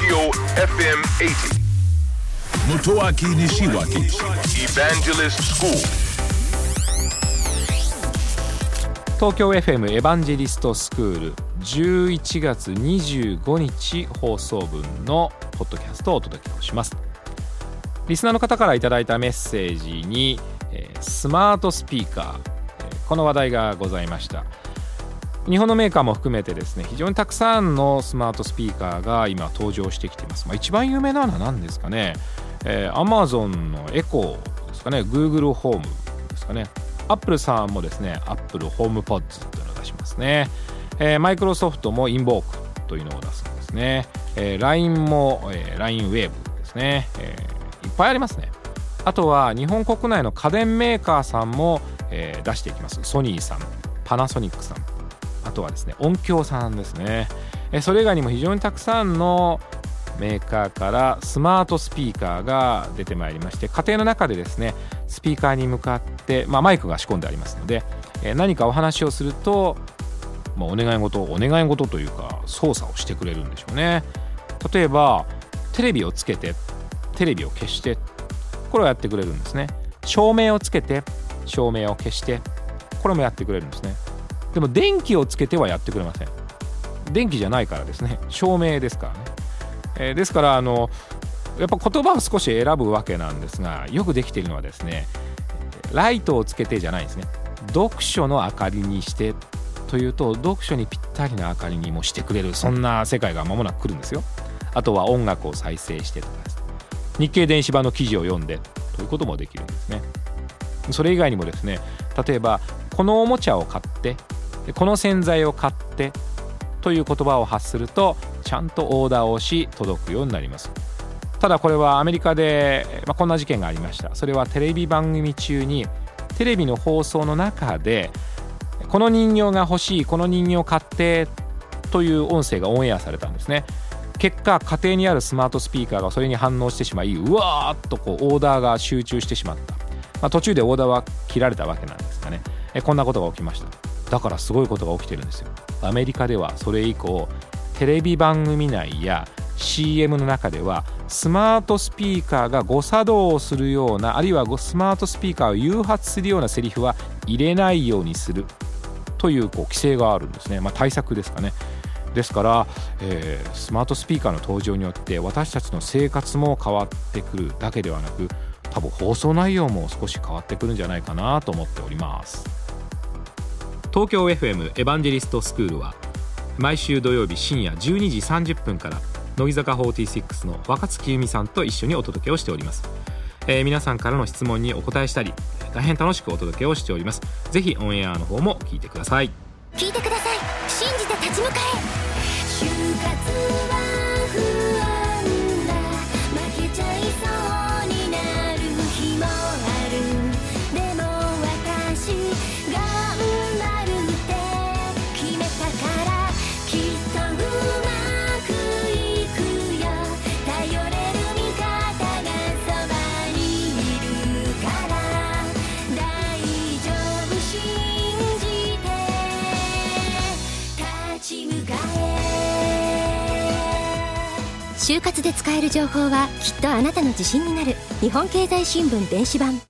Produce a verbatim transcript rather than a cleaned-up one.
Tokyo エフエムはちじゅう Motoaki Nishiwaki Evangelist School 東京 エフエム エヴァンジェリストスクールじゅういちがつにじゅうごにち放送分のポッドキャストをお届けをします。リスナーの方からいただいたメッセージに、えー、スマートスピーカー、えー、この話題がございました。日本のメーカーも含めてですね、非常にたくさんのスマートスピーカーが今登場してきています。まあ、一番有名なのは何ですかね、えー、Amazon のエコーですかね、 Google ホームですかね、アップルさんもですね、アップルホームポッズというのを出しますね。えー、マイクロソフトもインボークというのを出すんですね。えー、ライン も、えー、ライン ウェーブですね、えー、いっぱいありますね。あとは日本国内の家電メーカーさんも、えー、出していきます。ソニーさん、パナソニックさん、あとはですね、音響さんですね。えー、それ以外にも非常にたくさんのメーカーからスマートスピーカーが出てまいりまして、家庭の中でですね、スピーカーに向かって、まあ、マイクが仕込んでありますので、えー、何かお話をすると、まあ、お願い事お願い事というか操作をしてくれるんでしょうね。例えばテレビをつけてテレビを消して、これをやってくれるんですね。照明をつけて照明を消して、これもやってくれるんですね。でも電気をつけてはやってくれません。電気じゃないからですね、照明ですからね。えー、ですからあのやっぱ言葉を少し選ぶわけなんですが、よくできているのはですね、ライトをつけてじゃないんですね。読書の明かりにしてというと、読書にぴったりな明かりにもしてくれる、そんな世界が間もなく来るんですよ。あとは音楽を再生してとかですね、日経電子版の記事を読んでということもできるんですね。それ以外にもですね、例えばこのおもちゃを買ってこの洗剤を買ってという言葉を発すると、ちゃんとオーダーをし届くようになります。ただこれはアメリカで、まあ、こんな事件がありました。それはテレビ番組中にテレビの放送の中で、この人形が欲しい、この人形を買ってという音声がオンエアされたんですね。結果家庭にあるスマートスピーカーがそれに反応してしまい、うわーっとこうオーダーが集中してしまった。まあ、途中でオーダーは切られたわけなんですがね、えこんなことが起きました。だからすごいことが起きてるんですよ。アメリカではそれ以降テレビ番組内や シーエム の中ではスマートスピーカーが誤作動をするような、あるいはスマートスピーカーを誘発するようなセリフは入れないようにするという、こう規制があるんですね。まあ、対策ですかね。ですから、えー、スマートスピーカーの登場によって私たちの生活も変わってくるだけではなく、多分放送内容も少し変わってくるんじゃないかなと思っております。東京 エフエム エヴァンジェリストスクールは毎週土曜日深夜じゅうにじさんじゅっぷんから乃木坂フォーティーシックスの若槻由美さんと一緒にお届けをしております。えー、皆さんからの質問にお答えしたり、大変楽しくお届けをしております。ぜひオンエアの方も聞いてください。 聞いてください。信じて立ち向かえ。就活は不安だ、負けちゃいそうになる日もある。でも私頑張るって決めたから、きっとうまくいくよ。頼れる味方がそばにいるから大丈夫、信じて立ち向かえ。就活で使える情報はきっとあなたの自信になる。日本経済新聞電子版。